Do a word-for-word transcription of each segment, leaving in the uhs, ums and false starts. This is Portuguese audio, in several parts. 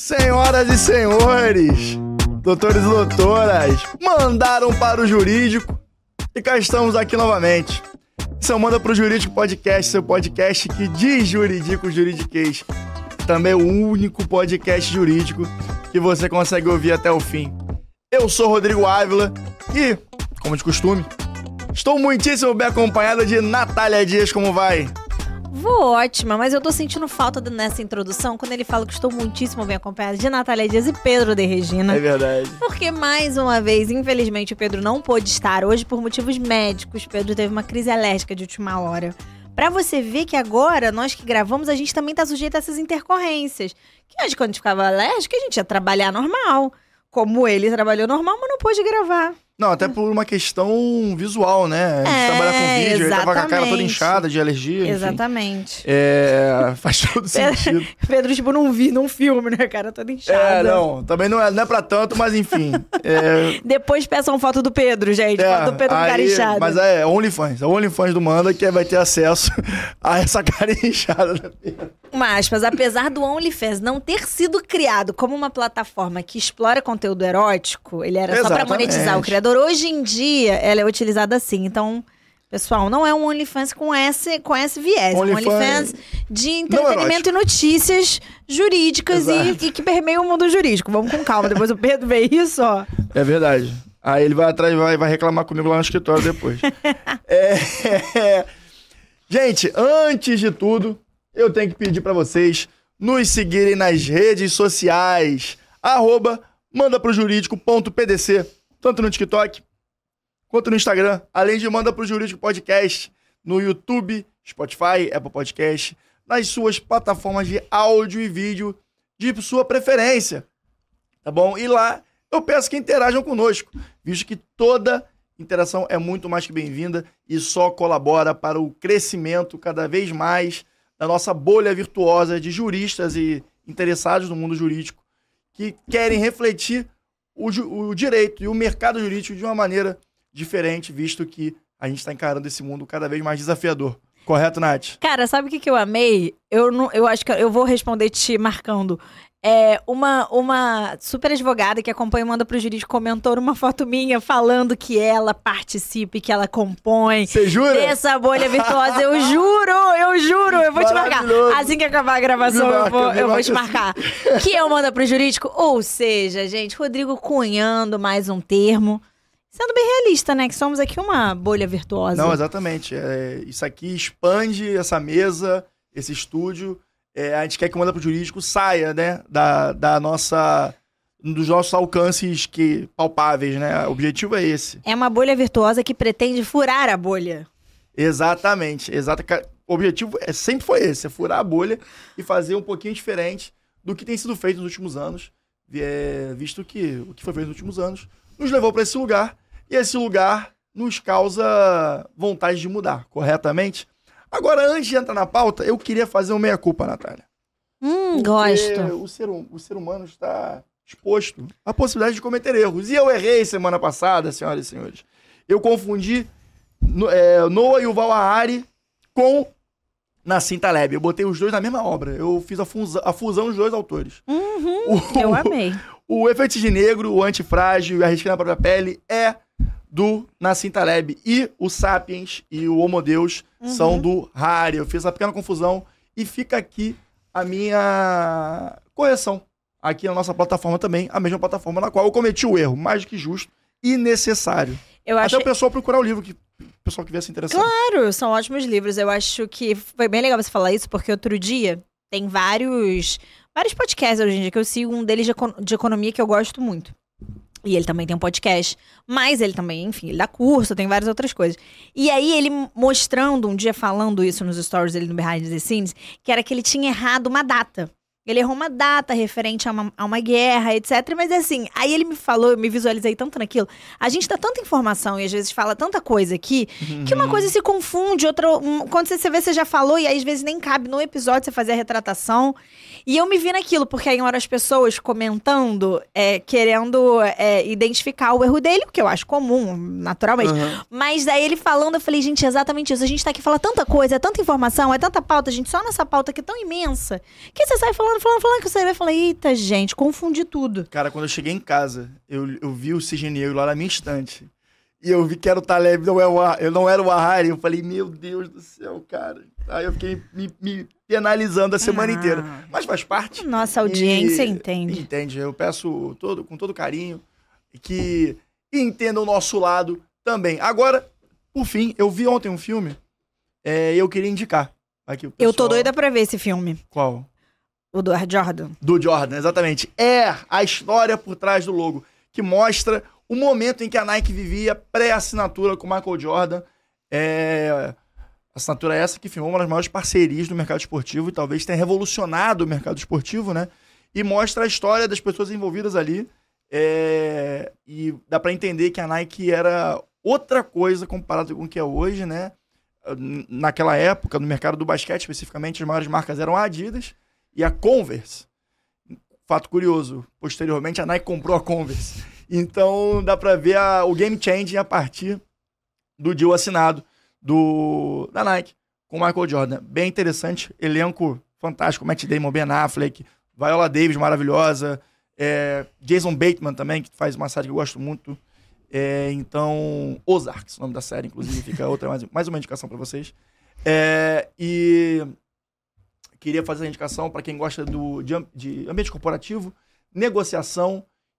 Senhoras e senhores, doutores e doutoras, mandaram para o jurídico e cá estamos aqui novamente. Esse é o Manda pro Jurídico Podcast, seu podcast que diz jurídico juridiquês. Também é o único podcast jurídico que você consegue ouvir até o fim. Eu sou Rodrigo Ávila e, como de costume, estou muitíssimo bem acompanhada de Natália Dias. Como vai? Vou ótima, mas eu tô sentindo falta nessa introdução quando ele fala que estou muitíssimo bem acompanhada de Natália Dias e Pedro de Regina. É verdade. Porque, mais uma vez, infelizmente, o Pedro não pôde estar hoje por motivos médicos. Pedro teve uma crise alérgica de última hora. Pra você ver que agora, nós que gravamos, a gente também tá sujeito a essas intercorrências. Que antes, quando a gente ficava alérgico, a gente ia trabalhar normal. Como ele trabalhou normal, mas não pôde gravar. Não, até por uma questão visual, né? A gente é, trabalha com vídeo, ele tava com a cara toda inchada de alergia, enfim. Exatamente. É, faz todo sentido. Pedro, tipo, não vi num filme, né? A cara toda inchada. É, não, também não é, não é pra tanto, mas enfim. É... Depois peçam foto do Pedro, gente, é, foto do Pedro aí, com cara inchada. Mas é OnlyFans, é o OnlyFans do Manda que vai ter acesso a essa cara inchada da Pedro. Mas, mas apesar do OnlyFans não ter sido criado como uma plataforma que explora conteúdo erótico, ele era Exatamente. Só pra monetizar o criador, hoje em dia ela é utilizada assim. Então, pessoal, não é um OnlyFans com esse, com esse viés. É um OnlyFans de entretenimento e notícias jurídicas e, e que permeia o mundo jurídico. Vamos com calma, depois o Pedro vê isso, ó. É verdade. Aí ele vai atrás e vai, vai reclamar comigo lá no escritório depois. é, é... Gente, antes de tudo, eu tenho que pedir pra vocês nos seguirem nas redes sociais. Arroba mandaprojurídico.pdc, tanto no TikTok quanto no Instagram, além de Manda pro Jurídico Podcast no YouTube, Spotify, Apple Podcast, nas suas plataformas de áudio e vídeo de sua preferência, tá bom? E lá eu peço que interajam conosco, visto que toda interação é muito mais que bem-vinda e só colabora para o crescimento cada vez mais da nossa bolha virtuosa de juristas e interessados no mundo jurídico que querem refletir o, o direito e o mercado jurídico de uma maneira diferente, visto que a gente está encarando esse mundo cada vez mais desafiador. Correto, Nath? Cara, sabe o que, que eu amei? Eu, não, eu acho que eu vou responder te marcando. É, uma, uma super advogada que acompanha o Manda pro Jurídico comentou numa foto minha falando que ela participa e que ela compõe. Você jura? Dessa bolha virtuosa. Eu juro, eu juro. Eu vou te marcar. Assim que acabar a gravação, marca, eu vou, eu vou te marcar. Que é o Manda pro Jurídico. Ou seja, gente, Rodrigo cunhando mais um termo. Sendo bem realista, né? Que somos aqui uma bolha virtuosa. Não, exatamente. É, isso aqui expande essa mesa, esse estúdio. É, a gente quer que o Manda pro Jurídico saia, né, da, da nossa, dos nossos alcances que, palpáveis, né? O objetivo é esse. É uma bolha virtuosa que pretende furar a bolha. Exatamente. Exato. O objetivo é, sempre foi esse, é furar a bolha e fazer um pouquinho diferente do que tem sido feito nos últimos anos, é, visto que o que foi feito nos últimos anos nos levou para esse lugar e esse lugar nos causa vontade de mudar, corretamente? Agora, antes de entrar na pauta, eu queria fazer uma meia-culpa, Natália. Hum, gosto. O ser, o ser humano está exposto à possibilidade de cometer erros. E eu errei semana passada, senhoras e senhores. Eu confundi é, Noah Yuval Harari com Nassim Taleb. Eu botei os dois na mesma obra. Eu fiz a, fusão, a fusão dos dois autores. Uhum, o, eu amei. O, o Efeito de Negro, o Antifrágil e a Risca na Própria Pele é do Nassim Taleb. E o Sapiens e o Homo Deus uhum. são do Harari. Eu fiz essa pequena confusão e fica aqui a minha correção. Aqui na nossa plataforma também, a mesma plataforma na qual eu cometi o erro, mais do que justo e necessário. Eu Até achei... o pessoal procurar o livro, que o pessoal que viesse interessado. Claro, são ótimos livros. Eu acho que foi bem legal você falar isso, porque outro dia tem vários, vários podcasts hoje em dia que eu sigo, um deles de, econ- de economia que eu gosto muito. E ele também tem um podcast, mas ele também, enfim, ele dá curso, tem várias outras coisas. E aí ele mostrando, um dia falando isso nos stories dele no Behind the Scenes, que era que ele tinha errado uma data. Ele errou uma data referente a uma, a uma guerra, etcétera. Mas assim, aí ele me falou, eu me visualizei tanto naquilo. A gente dá tanta informação e às vezes fala tanta coisa aqui, uhum. que uma coisa se confunde, outra... Um, quando você vê, você já falou e aí às vezes nem cabe no episódio você fazer a retratação. E eu me vi naquilo, porque aí uma hora as pessoas comentando, é, querendo é, identificar o erro dele, o que eu acho comum, naturalmente. Uhum. Mas daí ele falando, eu falei, gente, é exatamente isso. A gente tá aqui falando tanta coisa, é tanta informação, é tanta pauta, gente, só nessa pauta aqui tão imensa, que você sai falando falando, falando, falando, que você vai falar, eita, gente, confundi tudo. Cara, quando eu cheguei em casa, eu, eu vi o Cisne Negro lá na minha estante. E eu vi que era o Taleb, não era o, Ah- eu não era o Ahari. Eu falei, meu Deus do céu, cara. Aí eu fiquei me, me penalizando a semana Ah. inteira. Mas faz parte. Nossa audiência E- entende. Entende. Eu peço todo, com todo carinho que entendam o nosso lado também. Agora, por fim, eu vi ontem um filme é, e eu queria indicar. Aqui, o Eu tô pessoal- doida pra ver esse filme. Qual? O do Air Jordan. Do Jordan, exatamente. É a história por trás do logo, que mostra o momento em que a Nike vivia pré-assinatura com o Michael Jordan. É... Assinatura essa que firmou uma das maiores parcerias do mercado esportivo e talvez tenha revolucionado o mercado esportivo, né? E mostra a história das pessoas envolvidas ali. É... E dá pra entender que a Nike era outra coisa comparado com o que é hoje, né? Naquela época, no mercado do basquete, especificamente, as maiores marcas eram a Adidas e a Converse. Fato curioso, posteriormente a Nike comprou a Converse. Então dá pra ver a- o game changing a partir do deal assinado do, da Nike com o Michael Jordan. Bem interessante, elenco fantástico, Matt Damon, Ben Affleck, Viola Davis maravilhosa, é, Jason Bateman também, que faz uma série que eu gosto muito. É, então, Ozarks, o nome da série, inclusive, fica outra, mais, mais uma indicação pra vocês. É, e queria fazer a indicação para quem gosta do, de, am- de ambiente corporativo, negociação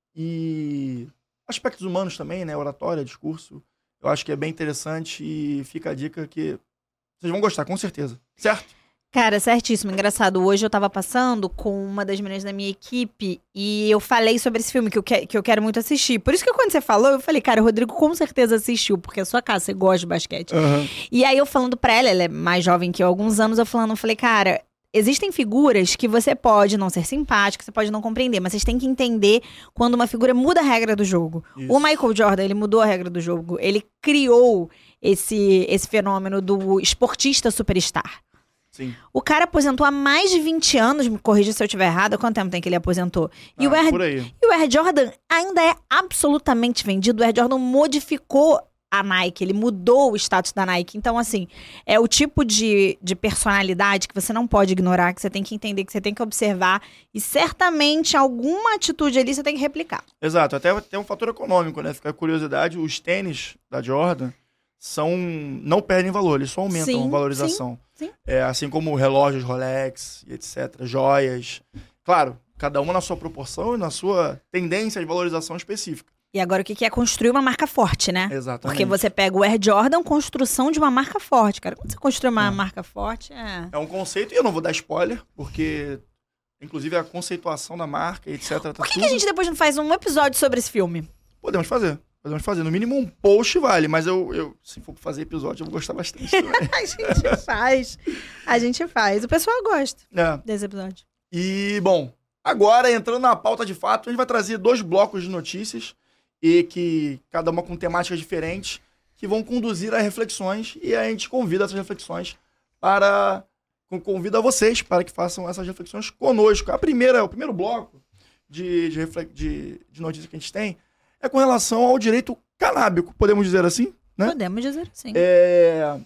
e aspectos humanos também, né? Oratória, discurso. Eu acho que é bem interessante e fica a dica que vocês vão gostar, com certeza. Certo? Cara, certíssimo. Engraçado. Hoje eu tava passando com uma das meninas da minha equipe e eu falei sobre esse filme que eu, que, que eu quero muito assistir. Por isso que quando você falou, eu falei, cara, o Rodrigo com certeza assistiu, porque é a sua casa, você gosta de basquete. E aí eu falando pra ela, ela é mais jovem que eu há alguns anos, eu falando, eu falei, cara, existem figuras que você pode não ser simpático, você pode não compreender, mas vocês têm que entender quando uma figura muda a regra do jogo. Isso. O Michael Jordan, ele mudou a regra do jogo. Ele criou esse, esse fenômeno do esportista superstar. Sim. O cara aposentou há mais de vinte anos, me corrija se eu estiver errada, quanto tempo tem que ele aposentou? E, Ah, o Air, por aí. e o Air Jordan ainda é absolutamente vendido. O Air Jordan modificou a Nike, ele mudou o status da Nike. Então, assim, é o tipo de, de personalidade que você não pode ignorar, que você tem que entender, que você tem que observar. E certamente alguma atitude ali você tem que replicar. Exato, até tem um fator econômico, né? Fica a curiosidade, os tênis da Jordan são, não perdem valor, eles só aumentam Sim, a valorização. sim, sim. É, assim como relógios Rolex e etcétera, joias. Claro, cada uma na sua proporção e na sua tendência de valorização específica. E agora o que que é construir uma marca forte, né? Exatamente. Porque você pega o Air Jordan, construção de uma marca forte, cara. Quando você constrói uma É. marca forte, é... É um conceito, e eu não vou dar spoiler, porque, inclusive, a conceituação da marca, etcétera. Tá Por que, tudo... que a gente depois não faz um episódio sobre esse filme? Podemos fazer. Podemos fazer. No mínimo um post vale, mas eu, eu se for fazer episódio, eu vou gostar bastante também. A gente faz. A gente faz. O pessoal gosta É. desse episódio. E, bom, agora, entrando na pauta de fato, a gente vai trazer dois blocos de notícias, e que cada uma com temáticas diferentes, que vão conduzir a reflexões, e a gente convida essas reflexões para... Convida vocês para que façam essas reflexões conosco. A primeira, o primeiro bloco de, de, refle- de, de notícias que a gente tem é com relação ao direito canábico, podemos dizer assim, né? Podemos dizer assim. É...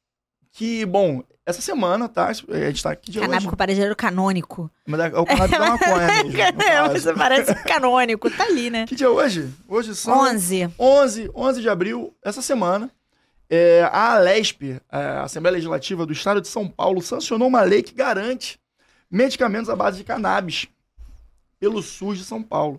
Que, bom, essa semana, tá? A gente tá aqui de Canábico hoje. para gênero canônico. Mas é o canábico da maconha mesmo. no caso. Você parece canônico. Tá ali, né? Que dia é hoje? Hoje são onze. onze, onze de abril, essa semana. É, a Alesp, a Assembleia Legislativa do Estado de São Paulo, sancionou uma lei que garante medicamentos à base de cannabis pelo SUS de São Paulo.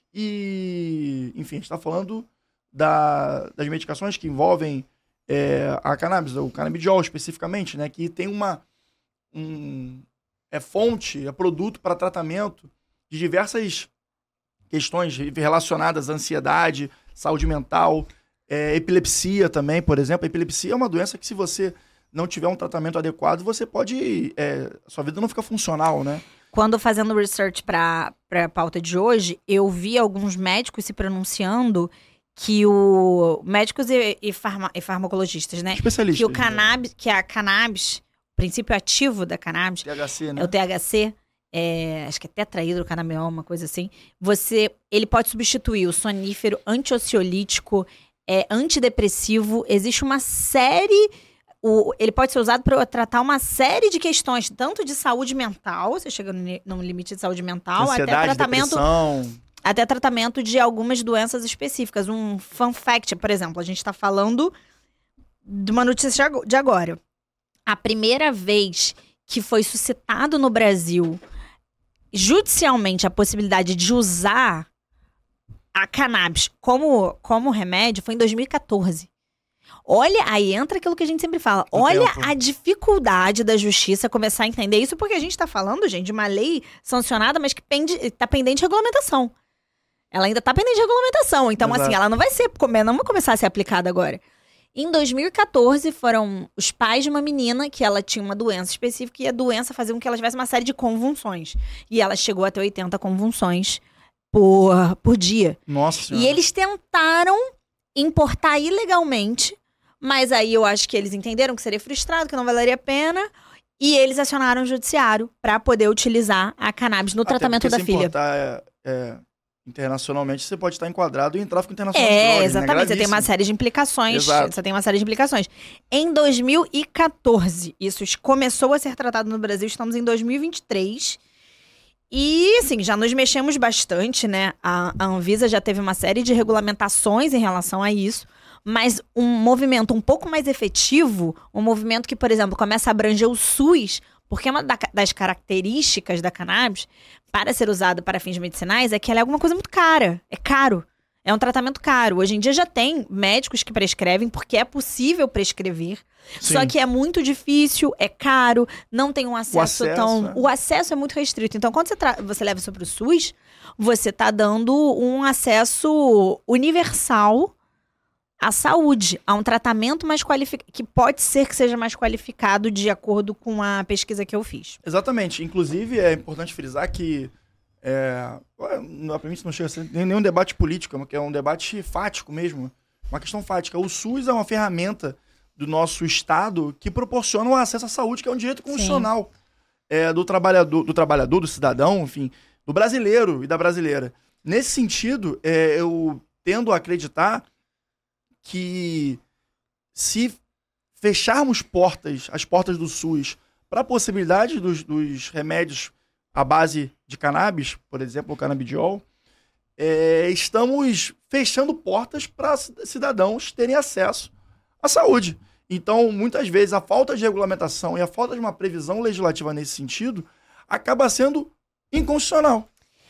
E, enfim, a gente está falando da- das medicações que envolvem é, a cannabis, o canabidiol especificamente, né, que tem uma um, é fonte, é produto para tratamento de diversas questões relacionadas à ansiedade, saúde mental, é, epilepsia também, por exemplo. A epilepsia é uma doença que, se você não tiver um tratamento adequado, você pode... É, sua vida não fica funcional, né? Quando fazendo research para a pauta de hoje, eu vi alguns médicos se pronunciando que o... Médicos e, e, farma, e farmacologistas, né? Especialista. Que o cannabis, que a cannabis, o princípio ativo da cannabis, T H C, né? é o T H C, é, acho que é tetrahidrocannabinol, uma coisa assim. Você, ele pode substituir o sonífero, antiociolítico, é, antidepressivo. Existe uma série... o, ele pode ser usado para tratar uma série de questões, tanto de saúde mental, você chega no, no limite de saúde mental, Ansiedade, até tratamento, depressão. até tratamento de algumas doenças específicas. Um fun fact, por exemplo, a gente está falando de uma notícia de agora. A primeira vez que foi suscitado no Brasil judicialmente a possibilidade de usar a cannabis como, como remédio foi em dois mil e catorze. Olha, aí entra aquilo que a gente sempre fala. No Olha tempo. a dificuldade da justiça começar a entender isso, porque a gente tá falando, gente, de uma lei sancionada, mas que pende, tá pendente de regulamentação. Ela ainda tá pendente de regulamentação. Então, Exato. assim, ela não vai ser, não vai começar a ser aplicada agora. Em dois mil e catorze, foram os pais de uma menina que ela tinha uma doença específica e a doença fazia com que ela tivesse uma série de convulsões. E ela chegou a ter oitenta convulsões por, por dia. Nossa senhora. E eles tentaram importar ilegalmente, mas aí eu acho que eles entenderam que seria frustrado, que não valeria a pena, e eles acionaram o judiciário para poder utilizar a cannabis no Até tratamento porque da se filha. importar, é, é, internacionalmente, você pode estar enquadrado em tráfico internacional de É, drogas, né? exatamente. Você tem uma Gravíssimo. série de implicações. Exato. Você tem uma série de implicações. Em dois mil e catorze, isso começou a ser tratado no Brasil. Estamos em dois mil e vinte e três. E, assim, já nos mexemos bastante, né? A, a Anvisa já teve uma série de regulamentações em relação a isso. Mas um movimento um pouco mais efetivo, um movimento que, por exemplo, começa a abranger o SUS, porque uma da- das características da cannabis, para ser usada para fins medicinais, é que ela é alguma coisa muito cara. É caro. É um tratamento caro. Hoje em dia já tem médicos que prescrevem, porque é possível prescrever. Sim. Só que é muito difícil, é caro, não tem um acesso, acesso, tão... é. O acesso é muito restrito. Então, quando você, tra... você leva isso para o SUS, você está dando um acesso universal à saúde, a um tratamento mais qualificado, que pode ser que seja mais qualificado de acordo com a pesquisa que eu fiz. Exatamente. Inclusive, é importante frisar que é, pra mim isso não chega a ser nem- nenhum debate político, é um debate fático mesmo, uma questão fática. O SUS é uma ferramenta do nosso Estado que proporciona o acesso à saúde, que é um direito constitucional é, do, trabalhador, do trabalhador, do cidadão, enfim, do brasileiro e da brasileira. Nesse sentido, é, eu tendo a acreditar que se fecharmos portas, as portas do SUS para a possibilidade dos, dos remédios à base de cannabis, por exemplo, o canabidiol, é, estamos fechando portas para cidadãos terem acesso à saúde. Então, muitas vezes, a falta de regulamentação e a falta de uma previsão legislativa nesse sentido acaba sendo inconstitucional.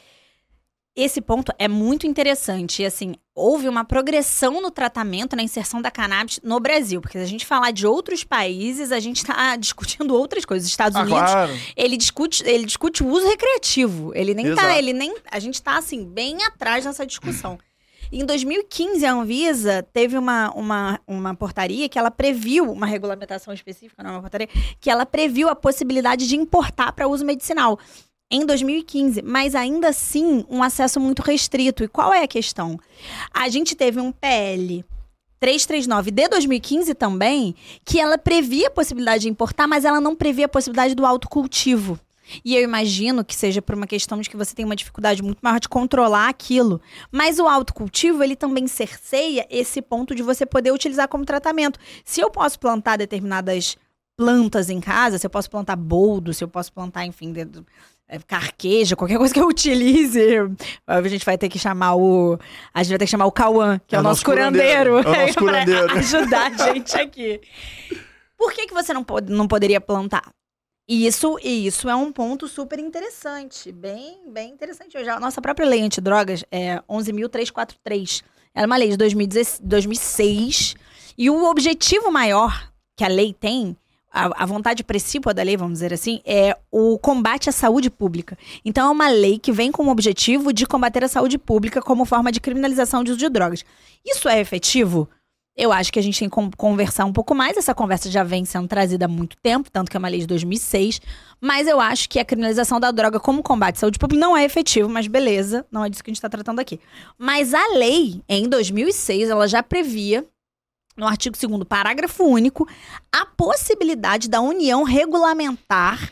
Esse ponto é muito interessante. E, assim, houve uma progressão no tratamento, na inserção da cannabis no Brasil. Porque se a gente falar de outros países, a gente está discutindo outras coisas. Os Estados Ah, Unidos, claro. ele discute, ele discute o uso recreativo. Ele nem Exato. tá, ele nem, a gente tá, assim, bem atrás nessa discussão. Em dois mil e quinze, a Anvisa teve uma, uma, uma portaria que ela previu, uma regulamentação específica, não é uma portaria, que ela previu a possibilidade de importar para uso medicinal. Em dois mil e quinze, mas ainda assim um acesso muito restrito. E qual é a questão? A gente teve um P L trezentos e trinta e nove de dois mil e quinze também, que ela previa a possibilidade de importar, mas ela não previa a possibilidade do autocultivo. E eu imagino que seja por uma questão de que você tem uma dificuldade muito maior de controlar aquilo. Mas o autocultivo, ele também cerceia esse ponto de você poder utilizar como tratamento. Se eu posso plantar determinadas plantas em casa, se eu posso plantar boldo, se eu posso plantar, enfim, de- é, carqueja, qualquer coisa que eu utilize, a gente vai ter que chamar o... A gente vai ter que chamar o Cauã, que é, É o nosso curandeiro. É o nosso pra curandeiro. ajudar a gente aqui. Por que, que você não, pode, não poderia plantar? E isso, e isso é um ponto super interessante, bem, bem interessante. Eu já, a nossa própria lei antidrogas é onze mil trezentos e quarenta e três. Ela é uma lei de dois mil e seis. E o objetivo maior que a lei tem, a, a vontade principal da lei, vamos dizer assim, é o combate à saúde pública. Então é uma lei que vem com o objetivo de combater a saúde pública como forma de criminalização de uso de drogas. Isso é efetivo? Eu acho que a gente tem que conversar um pouco mais. Essa conversa já vem sendo trazida há muito tempo, tanto que é uma lei de dois mil e seis. Mas eu acho que a criminalização da droga como combate à saúde pública não é efetivo, mas beleza, não é disso que a gente está tratando aqui. Mas a lei, em dois mil e seis, ela já previa, no artigo segundo, parágrafo único, a possibilidade da União regulamentar.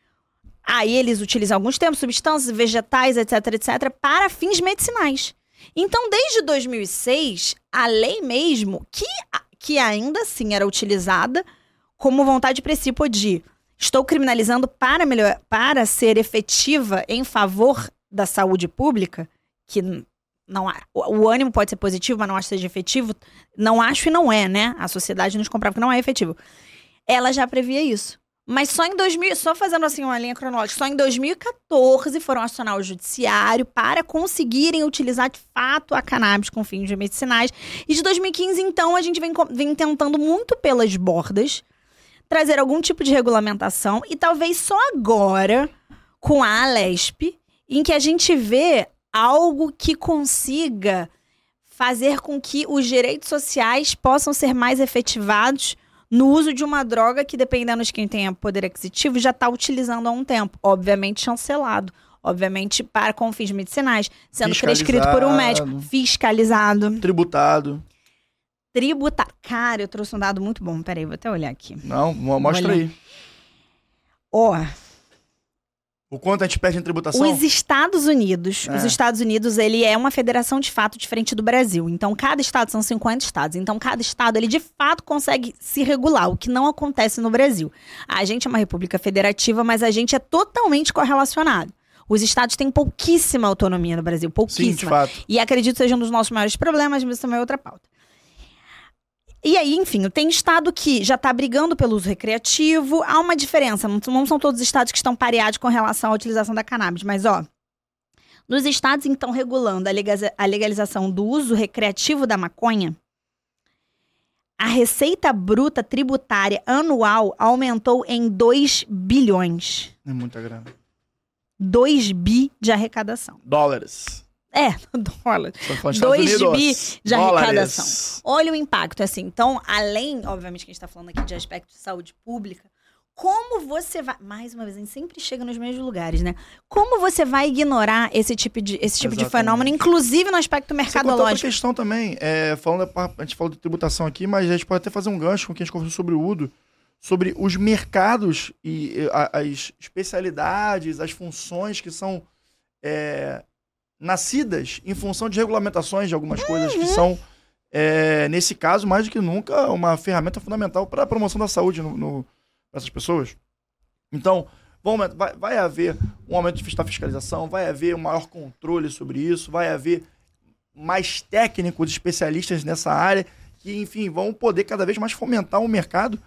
Aí eles utilizam alguns termos, substâncias, vegetais, etc, etc, para fins medicinais. Então, desde dois mil e seis, a lei mesmo, que, que ainda assim era utilizada como vontade principal de estou criminalizando para, melhor, para ser efetiva em favor da saúde pública, que não há, o, o ânimo pode ser positivo, mas não acho que seja efetivo, não acho e não é, né? A sociedade nos comprova que não é efetivo. Ela já previa isso. Mas só em dois mil, só fazendo assim uma linha cronológica, só em dois mil e quatorze foram acionar o judiciário para conseguirem utilizar de fato a cannabis com fins medicinais. E de dois mil e quinze, então, a gente vem, vem tentando muito pelas bordas trazer algum tipo de regulamentação. E talvez só agora, com a Alesp, em que a gente vê algo que consiga fazer com que os direitos sociais possam ser mais efetivados no uso de uma droga que, dependendo de quem tenha poder aquisitivo, já está utilizando há um tempo. Obviamente chancelado. Obviamente para com fins medicinais. Sendo prescrito por um médico. Fiscalizado. Tributado. Tributado. Cara, eu trouxe um dado muito bom. Peraí, vou até olhar aqui. Não, mostra aí. Ó... Oh. O quanto a gente perde em tributação? Os Estados Unidos, é. os Estados Unidos, ele é uma federação de fato diferente do Brasil. Então, cada estado são cinquenta estados. Então, cada estado, ele de fato consegue se regular, o que não acontece no Brasil. A gente é uma república federativa, mas a gente é totalmente correlacionado. Os estados têm pouquíssima autonomia no Brasil, pouquíssima. Sim, de fato. E acredito que seja um dos nossos maiores problemas, mas isso também é outra pauta. E aí, enfim, tem estado que já está brigando pelo uso recreativo. Há uma diferença, não, não são todos os estados que estão pareados com relação à utilização da cannabis. Mas, ó, nos estados, então, regulando a, legaliza- a legalização do uso recreativo da maconha, a receita bruta tributária anual aumentou em dois bilhões. É muita grana. dois bi de arrecadação. Dólares. É, dólar. dois bi de arrecadação. Olha o impacto, assim. Então, além, obviamente, que a gente está falando aqui de aspecto de saúde pública, como você vai... Mais uma vez, a gente sempre chega nos mesmos lugares, né? Como você vai ignorar esse tipo de, esse tipo de fenômeno, inclusive no aspecto mercadológico? Outra questão também, é, falando, a gente falou de tributação aqui, mas a gente pode até fazer um gancho com o que a gente conversou sobre o Udo, sobre os mercados e a, as especialidades, as funções que são... É, nascidas em função de regulamentações de algumas uhum. coisas que são, é, nesse caso, mais do que nunca, uma ferramenta fundamental para a promoção da saúde no, no, para essas pessoas. Então, vamos, vai, vai haver um aumento da fiscalização, vai haver um maior controle sobre isso, vai haver mais técnicos, especialistas nessa área, que, enfim, vão poder cada vez mais fomentar um mercado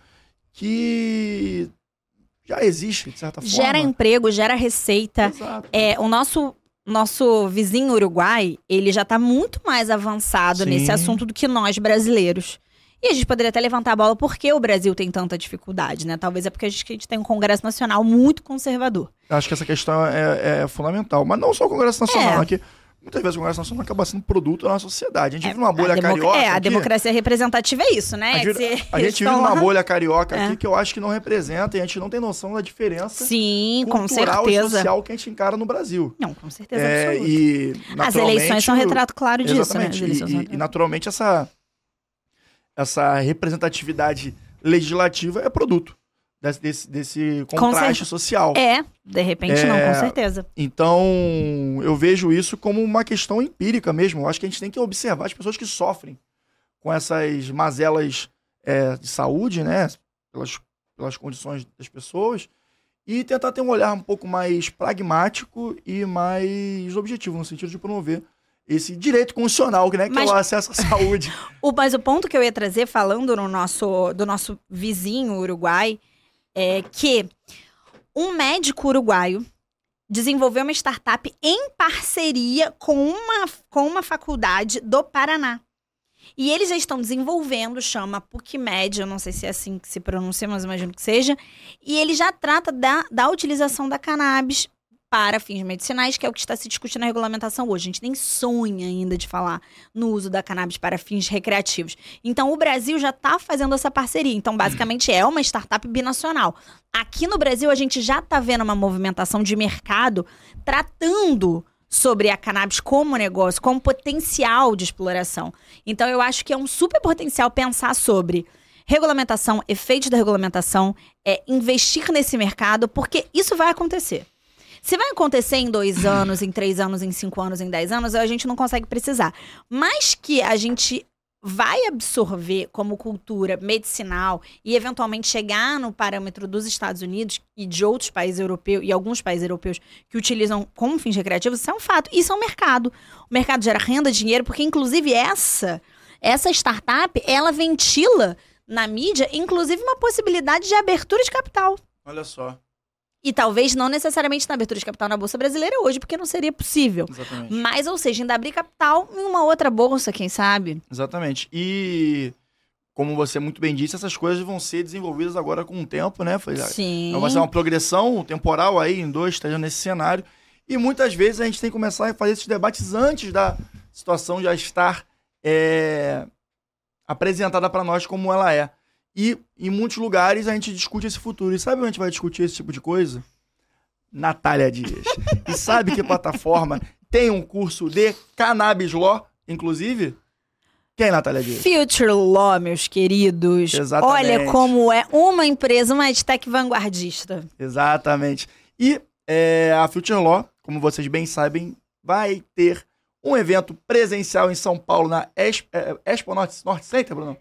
que já existe, de certa forma. Gera emprego, gera receita. Exato. É, o nosso... Nosso vizinho Uruguai, ele já está muito mais avançado Sim. nesse assunto do que nós brasileiros. E a gente poderia até levantar a bola por que o Brasil tem tanta dificuldade, né? Talvez é porque a gente, a gente tem um Congresso Nacional muito conservador. Acho que essa questão é, é fundamental. Mas não só o Congresso Nacional, é. aqui. Muitas vezes o Congresso Nacional acaba sendo produto da nossa sociedade. A gente É, vive numa bolha a democ- carioca. É, a aqui. democracia representativa é isso, né? A gente, Se- a gente vive numa lá- bolha carioca É. aqui que eu acho que não representa e a gente não tem noção da diferença Sim, com cultural e certeza. social que a gente encara no Brasil. Não, com certeza É, absoluta. e, As naturalmente, eleições são um retrato claro disso, exatamente. né? As E- eleições são um E, e, retrato. naturalmente essa, essa representatividade legislativa é produto desse, desse, desse contraste certeza. social. É, de repente não, É, com certeza. Então, eu vejo isso como uma questão empírica mesmo. Eu acho que a gente tem que observar as pessoas que sofrem com essas mazelas é, de saúde, né? Pelas, pelas condições das pessoas. E tentar ter um olhar um pouco mais pragmático e mais objetivo, no sentido de promover esse direito constitucional, né? Que Mas- é o acesso à saúde. O, mas o ponto que eu ia trazer, falando no nosso, do nosso vizinho Uruguai, é que um médico uruguaio desenvolveu uma startup em parceria com uma, com uma faculdade do Paraná. E eles já estão desenvolvendo, chama PUCMed, eu não sei se é assim que se pronuncia, mas imagino que seja. E ele já trata da, da utilização da cannabis para fins medicinais, que é o que está se discutindo na regulamentação hoje. A gente nem sonha ainda de falar no uso da cannabis para fins recreativos. Então, o Brasil já está fazendo essa parceria. Então, basicamente, é uma startup binacional. Aqui no Brasil, a gente já está vendo uma movimentação de mercado tratando sobre a cannabis como negócio, como potencial de exploração. Então, eu acho que é um super potencial pensar sobre regulamentação, efeitos da regulamentação, é, investir nesse mercado, porque isso vai acontecer. Se vai acontecer em dois anos, em três anos, em cinco anos, em dez anos, a gente não consegue precisar. Mas que a gente vai absorver como cultura medicinal e eventualmente chegar no parâmetro dos Estados Unidos e de outros países europeus e alguns países europeus que utilizam como fins recreativos, isso é um fato. Isso é um mercado. O mercado gera renda, dinheiro, porque inclusive essa, essa startup, ela ventila na mídia, inclusive uma possibilidade de abertura de capital. Olha só. E talvez não necessariamente na abertura de capital na Bolsa Brasileira hoje, porque não seria possível. Exatamente. Mas, ou seja, ainda abrir capital em uma outra bolsa, quem sabe? Exatamente. E, como você muito bem disse, essas coisas vão ser desenvolvidas agora com o tempo, né? Foi, Sim. Vai ser uma progressão temporal aí, em dois, três anos nesse cenário. E muitas vezes a gente tem que começar a fazer esses debates antes da situação já estar é, apresentada para nós como ela é. E em muitos lugares a gente discute esse futuro. E sabe onde a gente vai discutir esse tipo de coisa? Natália Dias. E sabe que plataforma tem um curso de Cannabis Law, inclusive? Quem, Natália Dias? Future Law, meus queridos. Exatamente. Olha como é uma empresa, uma edtech vanguardista. Exatamente. E é, a Future Law, como vocês bem sabem, vai ter um evento presencial em São Paulo, na Expo, é, Expo Norte, Norte Center, Bruno?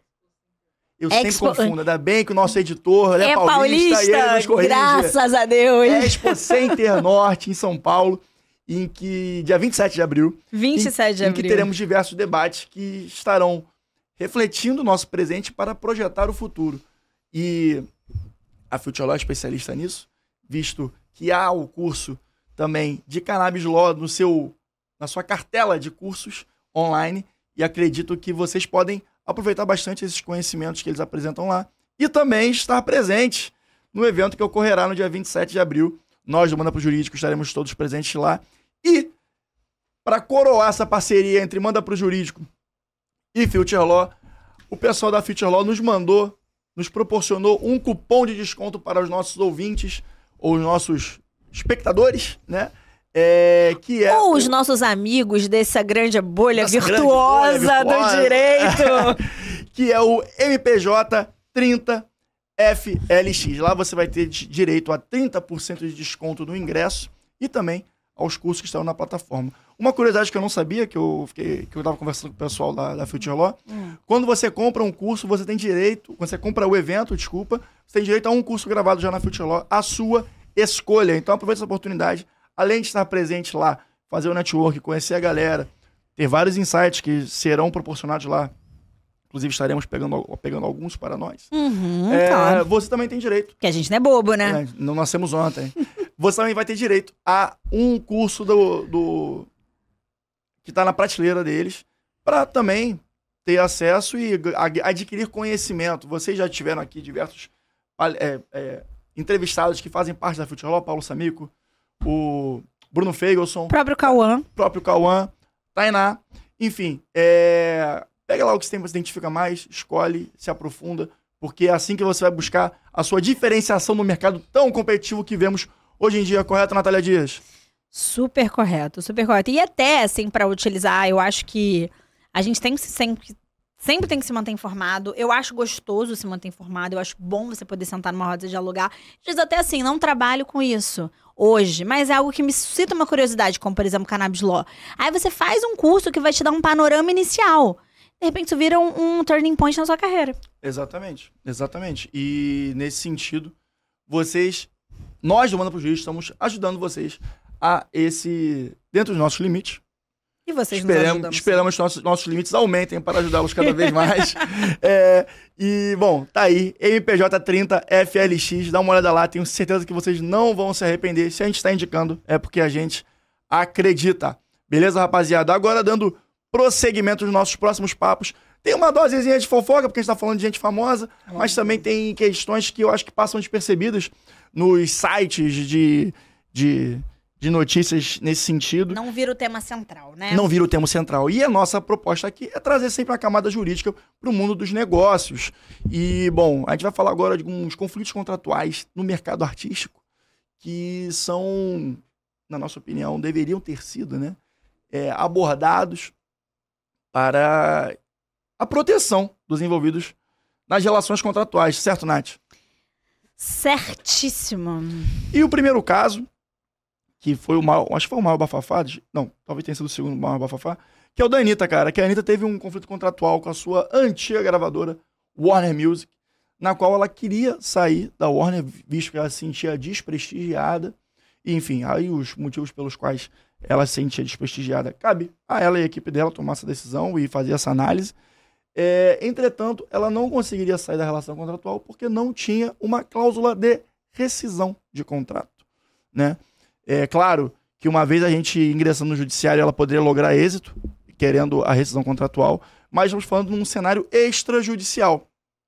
Eu Expo... sempre confundo, ainda bem que o nosso editor ele é, é paulista, paulista, e ele nos corrige. Graças a Deus. Expo Center Norte, em São Paulo, em que, dia vinte e sete de abril, vinte e sete de em, abril. em que teremos diversos debates que estarão refletindo o nosso presente para projetar o futuro. E a Future Law é especialista nisso, visto que há o curso também de Cannabis Law no seu, na sua cartela de cursos online, e acredito que vocês podem aproveitar bastante esses conhecimentos que eles apresentam lá e também estar presente no evento que ocorrerá no dia vinte e sete de abril. Nós do Manda Pro Jurídico estaremos todos presentes lá. E, para coroar essa parceria entre Manda Pro Jurídico e Future Law, o pessoal da Future Law nos mandou, nos proporcionou um cupom de desconto para os nossos ouvintes ou os nossos espectadores, né? É, que é Ou o... os nossos amigos dessa grande bolha Dessa virtuosa, grande bolha virtuosa do direito. que é o M P J trinta F L X. Lá você vai ter direito a trinta por cento de desconto no ingresso e também aos cursos que estão na plataforma. Uma curiosidade que eu não sabia, que eu fiquei, que eu estava conversando com o pessoal da, da Future Law, hum. quando você compra um curso, você tem direito, quando você compra o evento, desculpa, você tem direito a um curso gravado já na Future Law, a sua escolha. Então aproveita essa oportunidade, além de estar presente lá, fazer o network, conhecer a galera, ter vários insights que serão proporcionados lá. Inclusive, estaremos pegando, pegando alguns para nós. Uhum, é, claro. Você também tem direito. Que a gente não é bobo, né? É, não nascemos ontem. Você também vai ter direito a um curso do, do que está na prateleira deles, para também ter acesso e adquirir conhecimento. Vocês já tiveram aqui diversos é, é, entrevistados que fazem parte da Future Law, Paulo Samico, o Bruno Feigelson, o próprio Cauã, próprio Cauã, Tainá, enfim, é, pega lá o que você tem, você identifica mais, escolhe, se aprofunda, porque é assim que você vai buscar a sua diferenciação no mercado tão competitivo que vemos hoje em dia, correto, Natália Dias? Super correto, super correto. E até, assim, para utilizar, eu acho que a gente tem que sempre, sempre tem que se manter informado. Eu acho gostoso se manter informado, eu acho bom você poder sentar numa roda de dialogar. Diz até assim, não trabalho com isso hoje, mas é algo que me suscita uma curiosidade, como, por exemplo, Cannabis Law. Aí você faz um curso que vai te dar um panorama inicial. De repente, isso vira um, um turning point na sua carreira. Exatamente, exatamente. E, nesse sentido, vocês, nós do Manda Pro Jurídico, estamos ajudando vocês a esse, dentro dos nossos limites. E vocês esperamos, nos ajudam. Esperamos que nossos, nossos limites aumentem para ajudá-los cada vez mais. é, e, bom, tá aí. M P J trinta F L X. Dá uma olhada lá. Tenho certeza que vocês não vão se arrepender. Se a gente está indicando, é porque a gente acredita. Beleza, rapaziada? Agora, dando prosseguimento nos nossos próximos papos. Tem uma dosezinha de fofoca, porque a gente tá falando de gente famosa, é, mas também tem questões que eu acho que passam despercebidas nos sites de... de de notícias nesse sentido. Não vira o tema central, né? Não vira o tema central. E a nossa proposta aqui é trazer sempre a camada jurídica para o mundo dos negócios. E, bom, a gente vai falar agora de alguns conflitos contratuais no mercado artístico que são, na nossa opinião, deveriam ter sido, né, é, abordados para a proteção dos envolvidos nas relações contratuais. Certo, Nath? Certíssimo. E o primeiro caso, que foi o maior, acho que foi o maior bafafá, de, não, talvez tenha sido o segundo maior bafafá, que é o da Anitta, cara. Que a Anitta teve um conflito contratual com a sua antiga gravadora, Warner Music, na qual ela queria sair da Warner, visto que ela se sentia desprestigiada. E, enfim, aí os motivos pelos quais ela se sentia desprestigiada, cabe a ela e a equipe dela tomar essa decisão e fazer essa análise. É, entretanto, ela não conseguiria sair da relação contratual porque não tinha uma cláusula de rescisão de contrato, né? É claro que uma vez a gente ingressando no judiciário, ela poderia lograr êxito, querendo a rescisão contratual, mas estamos falando num cenário extrajudicial.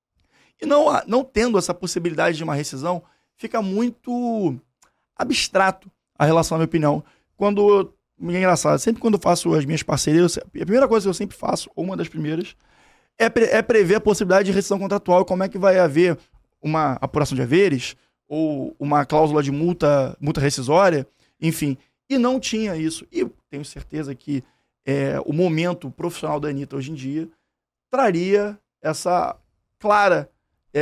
E não, não tendo essa possibilidade de uma rescisão, fica muito abstrato a relação, na minha opinião. Quando, é engraçado, sempre quando eu faço as minhas parcerias, a primeira coisa que eu sempre faço, ou uma das primeiras, é, pre, é prever a possibilidade de rescisão contratual, como é que vai haver uma apuração de haveres, ou uma cláusula de multa, multa rescisória, enfim. E não tinha isso. E tenho certeza que é, o momento profissional da Anitta hoje em dia traria essa clara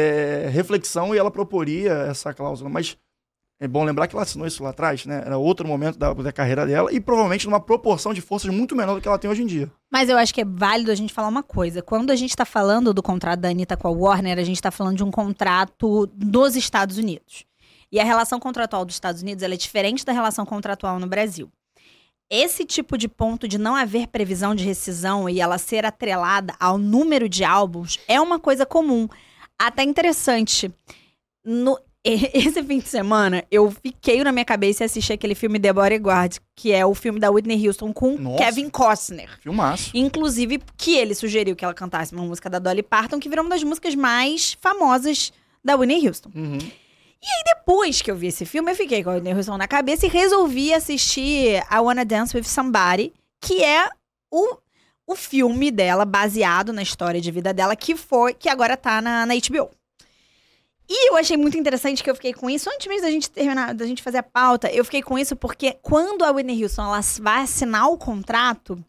é, reflexão e ela proporia essa cláusula. Mas é bom lembrar que ela assinou isso lá atrás, né? Era outro momento da, da carreira dela e provavelmente numa proporção de forças muito menor do que ela tem hoje em dia. Mas eu acho que é válido a gente falar uma coisa. Quando a gente tá falando do contrato da Anitta com a Warner, a gente tá falando de um contrato dos Estados Unidos. E a relação contratual dos Estados Unidos ela é diferente da relação contratual no Brasil. Esse tipo de ponto de não haver previsão de rescisão e ela ser atrelada ao número de álbuns é uma coisa comum. Até interessante. No... Esse fim de semana, eu fiquei na minha cabeça e assisti aquele filme The Bodyguard, que é o filme da Whitney Houston com Nossa, Kevin Costner. Filmaço. Inclusive, que ele sugeriu que ela cantasse uma música da Dolly Parton, que virou uma das músicas mais famosas da Whitney Houston. Uhum. E aí, depois que eu vi esse filme, eu fiquei com a Whitney Houston na cabeça e resolvi assistir I Wanna Dance With Somebody, que é o, o filme dela, baseado na história de vida dela, que foi que agora tá na, na H B O. E eu achei muito interessante que eu fiquei com isso. Antes mesmo da gente terminar, da gente fazer a pauta, eu fiquei com isso porque quando a Whitney Houston ela vai assinar o contrato,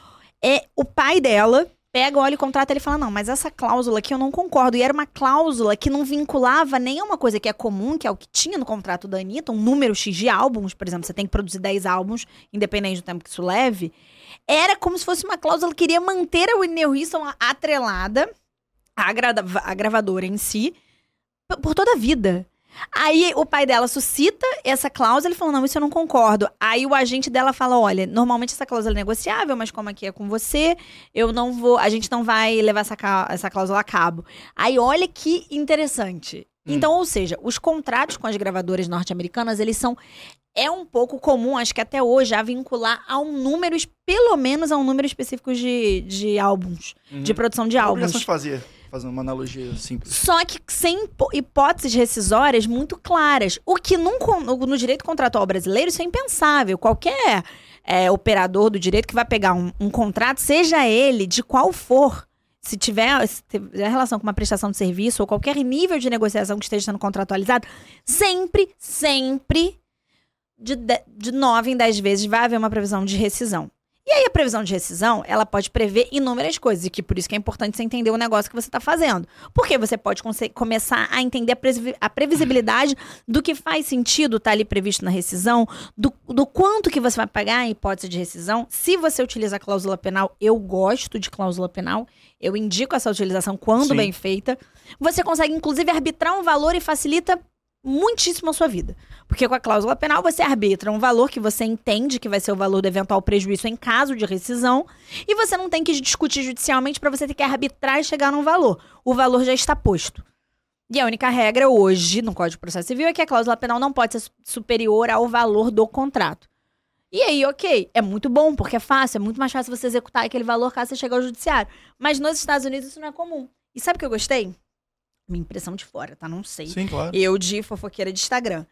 é, o pai dela pega, olha o contrato e ele fala, não, mas essa cláusula aqui eu não concordo. E era uma cláusula que não vinculava nenhuma coisa que é comum, que é o que tinha no contrato da Anitta, um número X de álbuns, por exemplo, você tem que produzir dez álbuns, independente do tempo que isso leve. Era como se fosse uma cláusula que queria manter a Whitney Houston atrelada à, gra à gravadora em si, por toda a vida. Aí o pai dela suscita essa cláusula, ele falou, não, isso eu não concordo. Aí o agente dela fala, olha, normalmente essa cláusula é negociável, mas como aqui é com você, eu não vou, a gente não vai levar essa, essa cláusula a cabo. Aí olha que interessante. Hum. Então, ou seja, os contratos com as gravadoras norte-americanas, eles são, é um pouco comum, acho que até hoje, a vincular a um número, pelo menos a um número específico de, de álbuns, uhum. de produção de álbuns. Obrigação de fazer. Fazendo uma analogia simples. Só que sem hipóteses rescisórias muito claras. O que num, no direito contratual brasileiro isso é impensável. Qualquer é, operador do direito que vai pegar um, um contrato, seja ele de qual for, se tiver, se tiver relação com uma prestação de serviço ou qualquer nível de negociação que esteja sendo contratualizado, sempre, sempre, de, de nove em dez vezes vai haver uma previsão de rescisão. E aí a previsão de rescisão, ela pode prever inúmeras coisas, e que por isso que é importante você entender o negócio que você está fazendo. Porque você pode começar a entender a, previ a previsibilidade do que faz sentido estar tá ali previsto na rescisão, do, do quanto que você vai pagar em hipótese de rescisão. Se você utiliza a cláusula penal, eu gosto de cláusula penal, eu indico essa utilização quando Sim. bem feita. Você consegue, inclusive, arbitrar um valor e facilita muitíssimo a sua vida. Porque com a cláusula penal você arbitra um valor que você entende que vai ser o valor do eventual prejuízo em caso de rescisão e você não tem que discutir judicialmente para você ter que arbitrar e chegar num valor. O valor já está posto. E a única regra hoje no Código de Processo Civil é que a cláusula penal não pode ser superior ao valor do contrato. E aí, ok, é muito bom, porque é fácil, é muito mais fácil você executar aquele valor caso você chegue ao judiciário. Mas nos Estados Unidos isso não é comum. E sabe o que eu gostei? Minha impressão de fora, tá? Não sei. Sim, claro. Eu de fofoqueira de Instagram.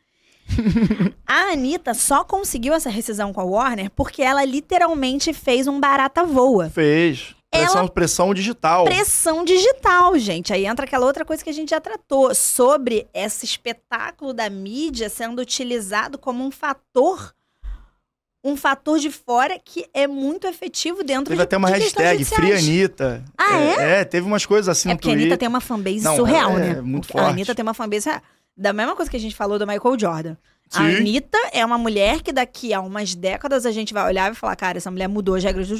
A Anitta só conseguiu essa rescisão com a Warner porque ela literalmente fez um barata voa. Fez. Pressão, ela... pressão digital. Pressão digital, gente. Aí entra aquela outra coisa que a gente já tratou. Sobre esse espetáculo da mídia sendo utilizado como um fator... Um fator de fora que é muito efetivo dentro teve de Teve até uma de hashtag, Free Anitta. Ah, é? É, é teve umas coisas assim é no Twitter. É porque a Anitta tem uma fanbase Não, surreal, é, né? É muito a forte. A Anitta tem uma fanbase surreal. Da mesma coisa que a gente falou do Michael Jordan. Sim. A Anitta é uma mulher que daqui a umas décadas a gente vai olhar e vai falar, cara, essa mulher mudou as regras do jogo.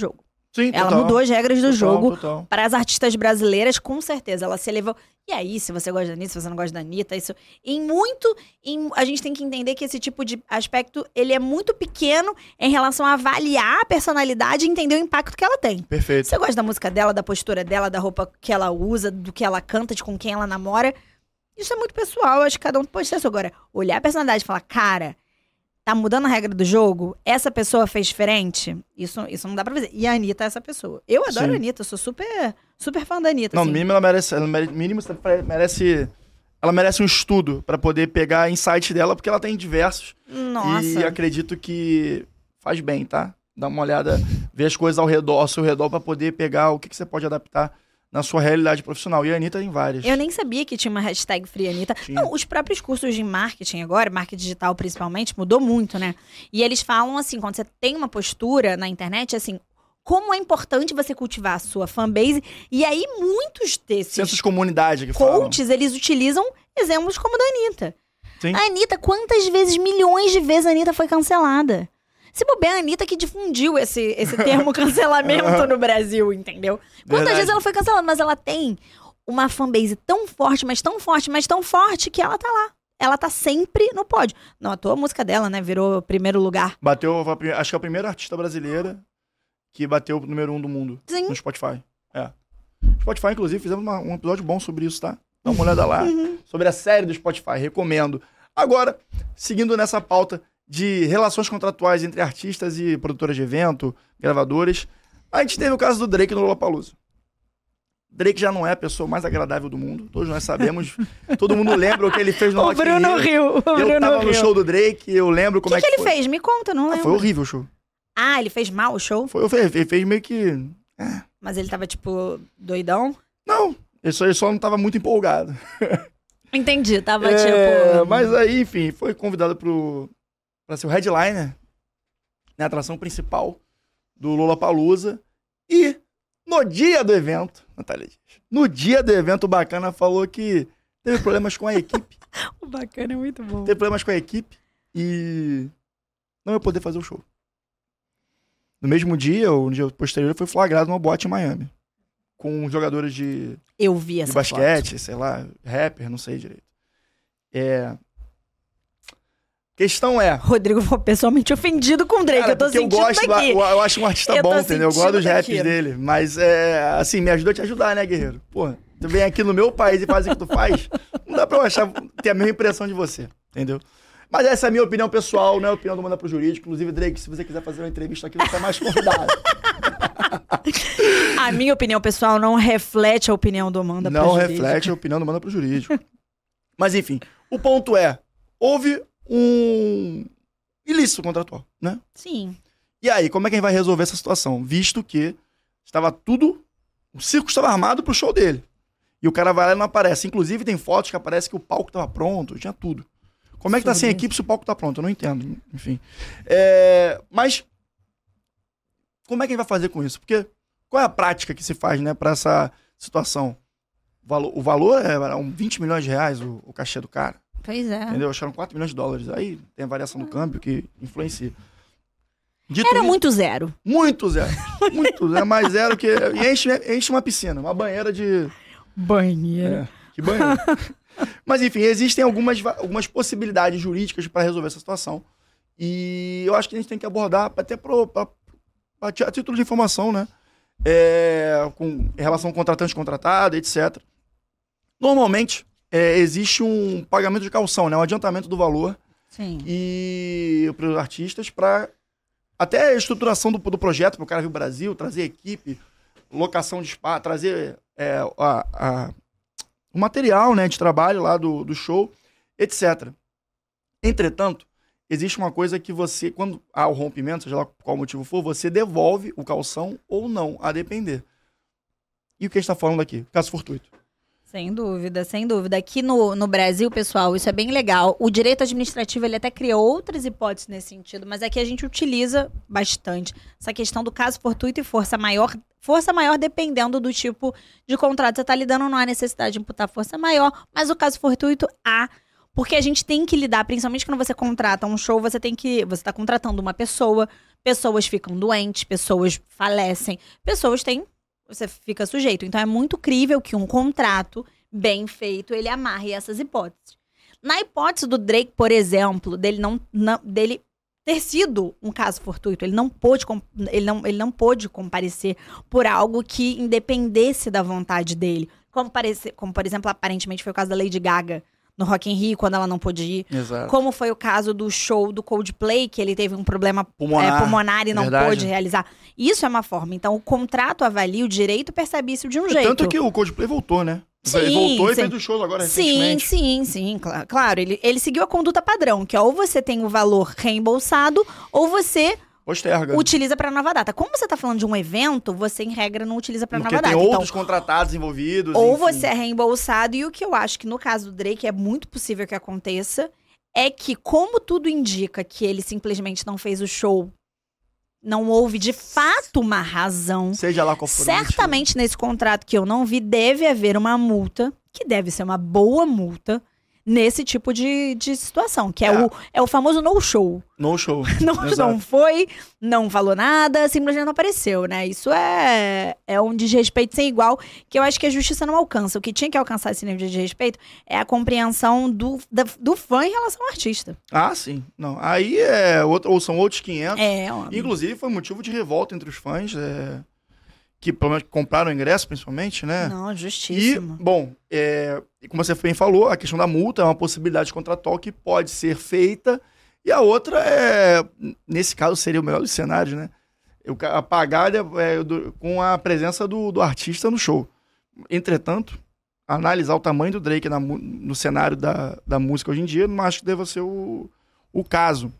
Sim, Ela total. mudou as regras do Total, jogo total. para as artistas brasileiras, com certeza. Ela se elevou. E aí, se você gosta da Anitta, se você não gosta da Anitta, isso... Em muito... Em, a gente tem que entender que esse tipo de aspecto, ele é muito pequeno em relação a avaliar a personalidade e entender o impacto que ela tem. Perfeito. Você gosta da música dela, da postura dela, da roupa que ela usa, do que ela canta, de com quem ela namora. Isso é muito pessoal, eu acho que cada um pode ter isso. Agora, olhar a personalidade e falar, cara, tá mudando a regra do jogo? Essa pessoa fez diferente? Isso, isso não dá pra fazer. E a Anitta é essa pessoa. Eu adoro Sim. a Anitta, eu sou super, super fã da Anitta. Não, assim. mínimo ela merece, ela mere- mínimo ela merece, ela merece um estudo pra poder pegar insights dela, porque ela tem diversos. Nossa. E acredito que faz bem, tá? Dá uma olhada, ver as coisas ao redor, ao seu redor, pra poder pegar o que, que você pode adaptar na sua realidade profissional. E a Anitta tem várias. Eu nem sabia que tinha uma hashtag Free Anitta. Tinha. Não, os próprios cursos de marketing agora, marketing digital principalmente, mudou muito, né? E eles falam assim, quando você tem uma postura na internet, assim, como é importante você cultivar a sua fanbase. E aí, muitos desses Senso de comunidade que falam. coaches, eles utilizam exemplos como o da Anitta. Sim. A Anitta, quantas vezes, milhões de vezes a Anitta foi cancelada? Se bobear, a Anitta que difundiu esse, esse termo cancelamento no Brasil, entendeu? Quantas Verdade. vezes ela foi cancelada? Mas ela tem uma fanbase tão forte, mas tão forte, mas tão forte que ela tá lá. Ela tá sempre no pódio. Não à toa a música dela, né? Virou primeiro lugar. Bateu, foi a prime- acho que é a primeira artista brasileira que bateu o número um do mundo Sim. no Spotify. É. Spotify, inclusive, fizemos uma- um episódio bom sobre isso, tá? Dá uma olhada lá. Sobre a série do Spotify, recomendo. Agora, seguindo nessa pauta de relações contratuais entre artistas e produtoras de evento, gravadoras, a gente teve o caso do Drake no Lollapalooza. Drake já não é a pessoa mais agradável do mundo, todos nós sabemos. Todo mundo lembra o que ele fez no O Rock in Bruno Rio. Rio. O Eu Bruno tava no Rio. show do Drake, eu lembro O como que, é que que ele foi. fez? Me conta, eu não Ah, lembro. foi horrível o show. Ah, ele fez mal o show? Foi, ele fez meio que... Mas ele tava, tipo, doidão? Não, ele só, ele só não tava muito empolgado. Entendi, tava, É, tipo... mas aí, enfim, foi convidado pro, pra ser o headliner, né, a atração principal do Lollapalooza. E no dia do evento, Natália Dias, no dia do evento, o Bacana falou que teve problemas com a equipe, O Bacana é muito bom. teve problemas com a equipe e não ia poder fazer o show. No mesmo dia, ou no dia posterior, ele foi flagrado numa boate em Miami, com jogadores de... Eu vi de essa basquete, foto. sei lá, rapper, não sei direito. É... Questão é... Rodrigo foi pessoalmente ofendido com o Drake, Cara, eu tô porque eu sentindo gosto, daqui. eu, eu acho um artista Eu tô bom, entendeu? Eu gosto dos sentindo raps daqui. dele. Mas, é, assim, me ajuda a te ajudar, né, guerreiro? Pô, tu vem aqui no meu país e faz o que tu faz, não dá pra eu achar, ter a mesma impressão de você, entendeu? Mas essa é a minha opinião pessoal, não é a opinião do Manda Pro Jurídico. Inclusive, Drake, se você quiser fazer uma entrevista aqui, você é mais convidado. A minha opinião pessoal não reflete a opinião do Manda Não Pro reflete a opinião do Manda Pro Jurídico. Mas, enfim, o ponto é, houve um ilícito contratual, né? Sim. E aí, como é que a gente vai resolver essa situação? Visto que estava tudo... O circo estava armado pro show dele. E o cara vai lá e não aparece. Inclusive, tem fotos que aparece que o palco estava pronto, tinha tudo. Como é que tá sem equipe se o palco tá pronto? Eu não entendo. Enfim. É, mas, como é que a gente vai fazer com isso? Porque qual é a prática que se faz, né, pra essa situação? O valor, o valor é um vinte milhões de reais o, o cachê do cara. Pois é. Entendeu? Acharam quatro milhões de dólares. Aí tem a variação do câmbio que influencia. Dito Era isso, muito zero. muito zero. Muito zero, mais zero que. E enche, enche uma piscina, uma banheira de. Banheira. É, que banheira. Mas enfim, existem algumas, va- algumas possibilidades jurídicas para resolver essa situação. E eu acho que a gente tem que abordar, até pro, pra, pra, a título de informação, né? É, com, em relação ao contratante contratado, etcétera. Normalmente, é, existe um pagamento de calção, né? Um adiantamento do valor Sim. e para os artistas para até a estruturação do, do projeto, para o cara vir ao Brasil, trazer equipe, locação de espaço, trazer é, a, a, o material, né, de trabalho lá do, do show, etcétera. Entretanto, existe uma coisa que você, quando há o rompimento, seja lá qual motivo for, você devolve o calção ou não, a depender. E o que a gente está falando aqui? Caso fortuito. Sem dúvida, sem dúvida. Aqui no, no Brasil, pessoal, isso é bem legal. O direito administrativo, ele até criou outras hipóteses nesse sentido, mas aqui a gente utiliza bastante essa questão do caso fortuito e força maior. Força maior dependendo do tipo de contrato que você está lidando, não há necessidade de imputar força maior, mas o caso fortuito há, Porque a gente tem que lidar, principalmente quando você contrata um show, você tem que. Você tá contratando uma pessoa, pessoas ficam doentes, pessoas falecem, pessoas têm. Você fica sujeito. Então é muito crível que um contrato bem feito, ele amarre essas hipóteses. Na hipótese do Drake, por exemplo, dele não, não dele ter sido um caso fortuito, ele não pôde, ele não, ele não pôde comparecer por algo que independesse da vontade dele. Como, parece, como, por exemplo, aparentemente foi o caso da Lady Gaga no Rock in Rio, quando ela não pôde ir. Exato. Como foi o caso do show do Coldplay, que ele teve um problema pulmonar, é, pulmonar e não verdade. pôde realizar. Isso é uma forma. Então, o contrato avalia, o direito percebe isso de um E jeito. tanto que o Coldplay voltou, né? Sim, ele voltou sim. e fez o show agora Sim, recentemente. sim, sim. Cl- claro, ele, ele seguiu a conduta padrão, que é ou você tem o valor reembolsado, ou você Posterga. utiliza para nova data. Como você tá falando de um evento, você, em regra, não utiliza para nova Porque data. tem Então, outros contratados envolvidos. ou enfim. você é reembolsado, e o que eu acho que no caso do Drake é muito possível que aconteça, é que, como tudo indica que ele simplesmente não fez o show, não houve de fato uma razão. Seja lá qual for o motivo. Certamente nesse contrato que eu não vi, deve haver uma multa, que deve ser uma boa multa, nesse tipo de, de situação, que é, É. O, é o famoso no-show. No show. Não, Exato. não foi, não falou nada, simplesmente não apareceu, né? Isso é, é um desrespeito sem igual, que eu acho que a justiça não alcança. O que tinha que alcançar esse nível de desrespeito é a compreensão do, da- do fã em relação ao artista. Ah, sim. Não. Aí é outro, ou são outros quinhentos. É, ó, Inclusive, foi motivo de revolta entre os fãs, é, que provavelmente compraram o ingresso, principalmente, né? não, E, justíssimo. bom, é, e como você bem falou, a questão da multa é uma possibilidade contratual que pode ser feita. E a outra é, nesse caso, seria o melhor dos cenários, né? O ca- pagar é, do- com a presença do, do artista no show. Entretanto, analisar o tamanho do Drake na mu- no cenário da, da música hoje em dia, não acho que deva ser o, o caso.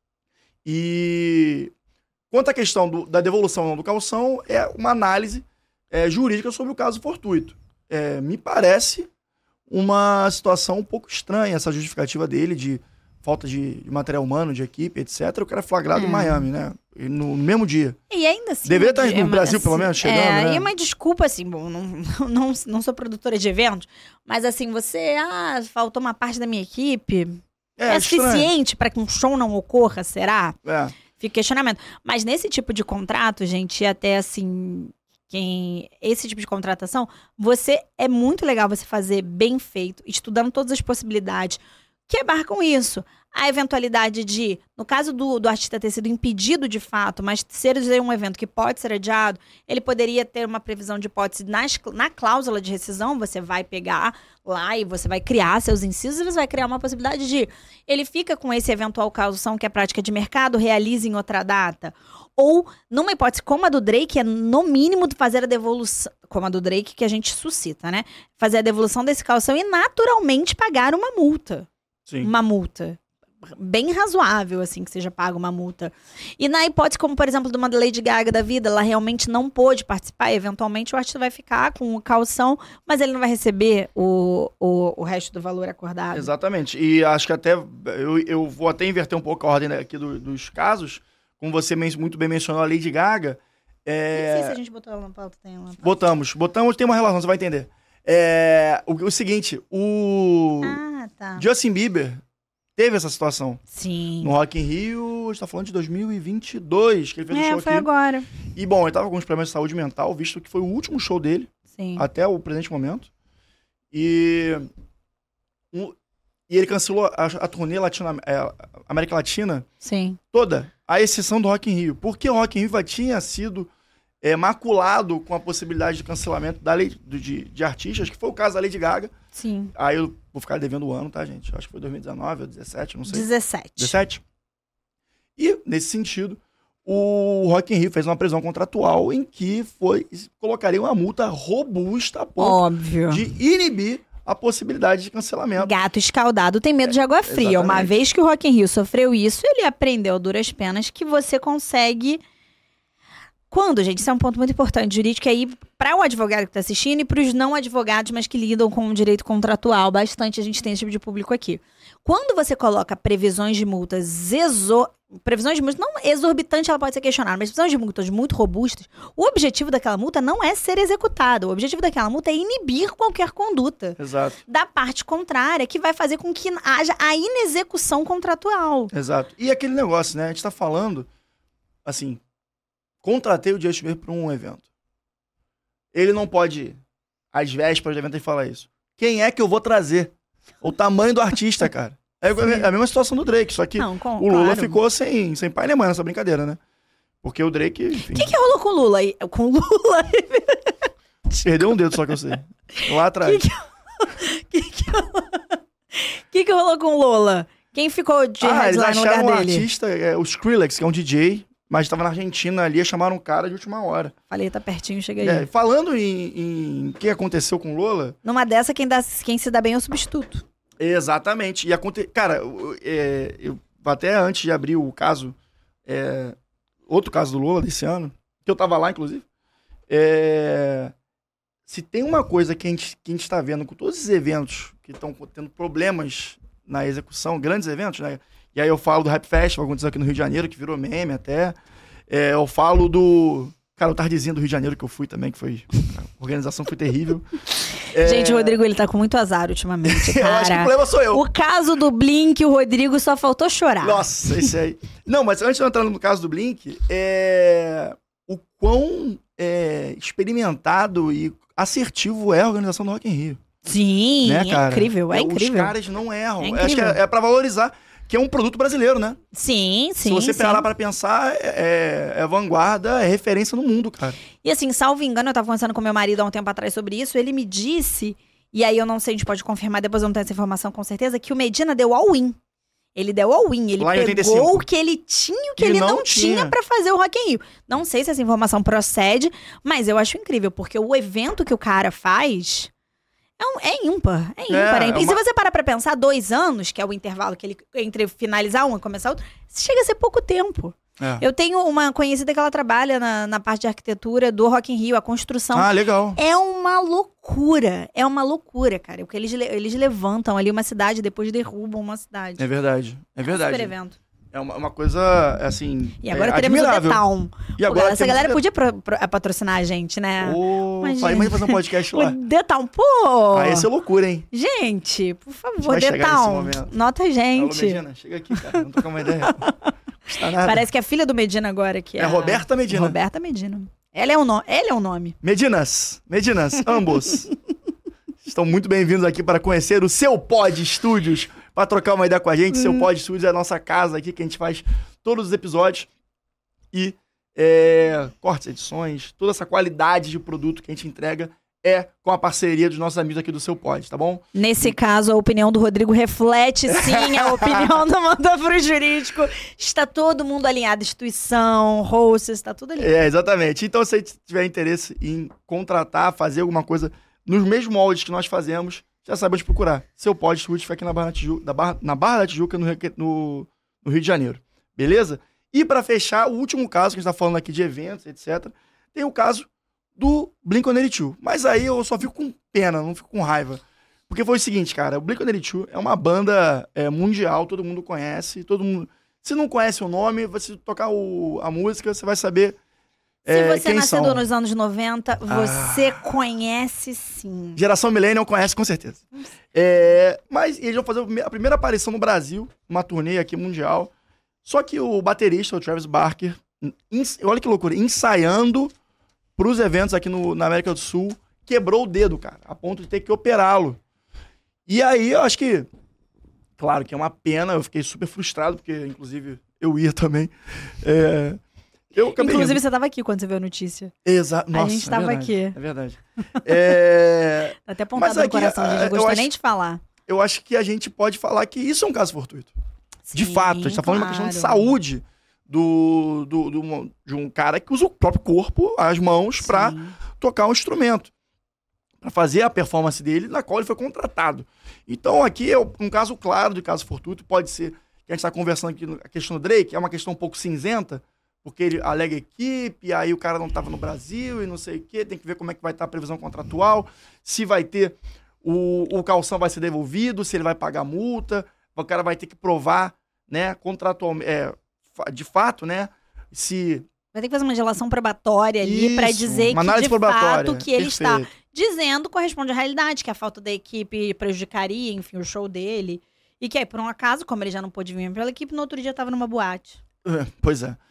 E quanto à questão do- da devolução ou não do calção, é uma análise é, jurídica sobre o caso fortuito. É, me parece uma situação um pouco estranha essa justificativa dele de falta de, de material humano, de equipe, etcétera. O cara é flagrado É. em Miami, né? E No, no mesmo dia. E ainda assim... Deveria estar no é uma- Brasil, pelo menos, chegando, É, né? e uma desculpa, assim, bom, não, não, não sou produtora de eventos, mas assim, você, ah, faltou uma parte da minha equipe, é, estranho. suficiente para que um show não ocorra, será? É. Fica questionamento. Mas nesse tipo de contrato, gente, até assim, quem esse tipo de contratação, você é muito legal você fazer bem feito, estudando todas as possibilidades. Quebrar com isso. A eventualidade de, no caso do, do artista ter sido impedido de fato, mas ser um evento que pode ser adiado, ele poderia ter uma previsão de hipótese nas, na cláusula de rescisão. Você vai pegar lá e você vai criar seus incisos e você vai criar uma possibilidade de ele fica com esse eventual caução que é prática de mercado, realiza em outra data. Ou, numa hipótese como a do Drake, é no mínimo fazer a devolução, como a do Drake que a gente suscita, né? Fazer a devolução desse calção e naturalmente pagar uma multa. Sim. Uma multa. Bem razoável, assim, que seja paga uma multa. E na hipótese, como por exemplo, de uma Lady Gaga da vida, ela realmente não pôde participar, e eventualmente o artista vai ficar com o calção, mas ele não vai receber o, o, o resto do valor acordado. Exatamente. E acho que até eu, eu vou até inverter um pouco a ordem aqui do- dos casos. Como você men- muito bem mencionou a Lady Gaga. é, Não sei se a gente botou ela na pauta, tem ela na pauta. Botamos. Botamos, tem uma relação, você vai entender. É, o, o seguinte, o Ah, tá. Justin Bieber teve essa situação. Sim. No Rock in Rio, a gente tá falando de dois mil e vinte e dois, que ele fez um É, show foi aqui. agora. E, bom, ele tava com alguns problemas de saúde mental, visto que foi o último show dele, Sim. até o presente momento. E, um- e ele cancelou a, a turnê Latina, é, América Latina Sim. toda, à exceção do Rock in Rio. Porque o Rock in Rio já tinha sido é, maculado com a possibilidade de cancelamento da lei, do- de, de artistas, que foi o caso da Lady Gaga. Sim. Aí eu vou ficar devendo o ano, tá, gente? Acho que foi dois mil e dezenove ou dezessete, não sei. dezessete. dezessete? E, nesse sentido, o Rock in Rio fez uma previsão contratual em que foi, colocaria uma multa robusta a ponto Óbvio. de inibir a possibilidade de cancelamento. Gato escaldado tem medo de água fria. Uma exatamente. vez que o Rock in Rio sofreu isso, ele aprendeu a duras penas que você consegue... Quando, gente, isso é um ponto muito importante jurídico, aí para o advogado que está assistindo e para os não advogados, mas que lidam com o direito contratual, bastante a gente tem esse tipo de público aqui. Quando você coloca previsões de multas exo... previsões de multas, não exorbitante, ela pode ser questionada, mas previsões de multas muito robustas, o objetivo daquela multa não é ser executada. O objetivo daquela multa é inibir qualquer conduta. Exato. Da parte contrária, que vai fazer com que haja a inexecução contratual. Exato. E aquele negócio, né? A gente tá falando, assim, contratei o Justin Bieber para um evento. Ele não pode, às vésperas do evento, ele falar isso. Quem é que eu vou trazer? O tamanho do artista, cara. É a mesma situação do Drake, só que não, com, o Lula claro. ficou sem, sem pai nem mãe nessa brincadeira, né? Porque o Drake, enfim... O que, que rolou com o Lula? Com o Lula? Perdeu um dedo só que eu sei. Lá atrás. O que, que... que, que... que, que rolou com o Lula? Quem ficou de ah, eles headline no acharam lugar um dele? artista, é, o Skrillex, que é um D J, mas estava na Argentina ali, chamaram um cara de última hora. Falei, tá pertinho, chega aí. É, falando em o que aconteceu com o Lula... Numa dessa, quem, dá, quem se dá bem é o substituto. Exatamente. E aconte... Cara, eu, é, eu até antes de abrir o caso, é, outro caso do Lula desse ano, que eu tava lá, inclusive, é, se tem uma coisa que a gente, que a gente tá vendo com todos esses eventos que estão tendo problemas na execução, grandes eventos, né? E aí eu falo do Rap Festival, que aconteceu aqui no Rio de Janeiro, que virou meme até. É, eu falo do... Cara, o Tardezinho do Rio de Janeiro que eu fui também, que foi... A organização foi terrível. É... Gente, o Rodrigo, ele tá com muito azar ultimamente, cara. Eu acho que o problema sou eu. O caso do Blink, o Rodrigo só faltou chorar. Nossa, esse aí. Não, mas antes de eu entrar no caso do Blink, é... o quão é, experimentado e assertivo é a organização do Rock in Rio. Sim, né, é incrível, é Os incrível. Os caras não erram. É Eu acho que é, é pra valorizar, que é um produto brasileiro, né? Sim, sim, Se você sim. parar pra pensar, é, é vanguarda, é referência no mundo, cara. E assim, salvo engano, eu tava conversando com meu marido há um tempo atrás sobre isso, ele me disse, e aí eu não sei, a gente pode confirmar, depois eu não tenho essa informação com certeza, que o Medina deu all-in. Ele deu all-in, ele Lá em pegou oitenta e cinco. o que ele tinha e o que E ele não não tinha, tinha pra fazer o Rock in Rio. Não sei se essa informação procede, mas eu acho incrível, porque o evento que o cara faz... É, um, é ímpar, é ímpar. É, É, é E se uma- você parar pra pensar, dois anos, que é o intervalo que ele entre finalizar um e começar outro, chega a ser pouco tempo. É. Eu tenho uma conhecida que ela trabalha na, na parte de arquitetura do Rock in Rio, a construção. Ah, legal. É uma loucura, é uma loucura, cara. Porque eles, le- eles levantam ali uma cidade, depois derrubam uma cidade. É verdade, é Um verdade. super evento. É uma, uma coisa, assim, E agora é, teremos admirável. o The Town. E Pô, agora galera, essa temos galera o The- podia pro- pro- patrocinar a gente, né? Ô, Imagina. imagina fazer um podcast lá. O The Town, pô! Ah, ia ser loucura, hein? Gente, por favor, vai The chegar nesse Town, momento. nota a Alô, gente. Medina, chega aqui, cara. Vamos trocar uma ideia. Não custa nada. Parece que é a filha do Medina agora, que é, É a- Roberta Medina. Roberta Medina. Ela é um, no... Ela é um nome. Medinas, Medinas, ambos. Estão muito bem-vindos aqui para conhecer o Seu Pod Studios, para trocar uma ideia com a gente. Seu Pod Studios é a nossa casa aqui, que a gente faz todos os episódios. E é, cortes, edições, toda essa qualidade de produto que a gente entrega é com a parceria dos nossos amigos aqui do Seu Pod, tá bom? Nesse caso, a opinião do Rodrigo reflete, sim, a opinião do Mandafro Jurídico. Está todo mundo alinhado, instituição, hosts, está tudo alinhado. É, exatamente. Então, se você tiver interesse em contratar, fazer alguma coisa nos mesmos moldes que nós fazemos, já saiba onde procurar. Seu Pod Studios fica aqui na Barra da Tijuca, da Barra, na Barra da Tijuca, no, Reque- no, no Rio de Janeiro. Beleza? E para fechar, o último caso que a gente tá falando aqui de eventos, etcétera, tem o caso do Blink one eighty-two. Mas aí eu só fico com pena, não fico com raiva. Porque foi o seguinte, cara, o Blink one eighty-two é uma banda é, mundial, todo mundo conhece, todo mundo... Se não conhece o nome, você tocar o, a música, você vai saber é, Se você quem nasceu são. nos anos noventa, você conhece sim. Geração Millennial conhece com certeza. É, mas eles vão fazer a primeira- a primeira aparição no Brasil, uma turnê aqui mundial. Só que o baterista, o Travis Barker, ens- olha que loucura, ensaiando pros eventos aqui no, na América do Sul, quebrou o dedo, cara, a ponto de ter que operá-lo. E aí, eu acho que, claro que é uma pena, eu fiquei super frustrado, porque, inclusive, eu ia também. É, eu acabei Inclusive, indo. você estava aqui quando você viu a notícia. Exato. a Nossa, gente é estava verdade, aqui. É verdade. É, Tá até apontado Mas no aqui, coração, gente. ah, Não eu gostei acho- nem de falar. eu acho que a gente pode falar que isso é um caso fortuito. De Sim, fato, a gente tá falando de uma questão de claro. saúde do, do, do- de um cara que usa o próprio corpo, as mãos, pra Sim. tocar um instrumento. Pra fazer a performance dele, na qual ele foi contratado. Então, aqui é um caso claro de caso fortuito. Pode ser que a gente tá conversando aqui, a questão do Drake é uma questão um pouco cinzenta, porque ele alega equipe, aí o cara não tava no Brasil e não sei o quê, tem que ver como é que vai estar a previsão contratual, se vai ter, o, o calção vai ser devolvido, se ele vai pagar multa. o cara vai ter que provar, né, contratualmente, é, de fato, né, se... Vai ter que fazer uma relação probatória ali Isso, pra dizer uma que, análise de probatória. fato, o que ele está Perfeito. dizendo corresponde à realidade, que a falta da equipe prejudicaria, enfim, o show dele. E que aí, por um acaso, como ele já não pôde vir pela equipe, no outro dia tava numa boate. É, pois é.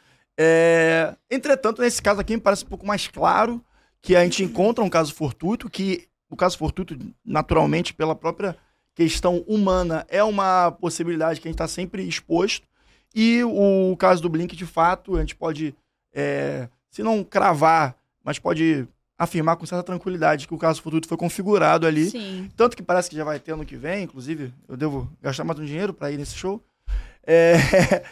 é. Entretanto, nesse caso aqui me parece um pouco mais claro que a gente encontra um caso fortuito, que o caso fortuito, naturalmente, pela própria questão humana, é uma possibilidade que a gente está sempre exposto. E o caso do Blink, de fato, a gente pode, é, se não cravar, mas pode afirmar com certa tranquilidade que o caso fortuito foi configurado ali. Sim. Tanto que parece que já vai ter ano que vem, inclusive, eu devo gastar mais um dinheiro para ir nesse show. É...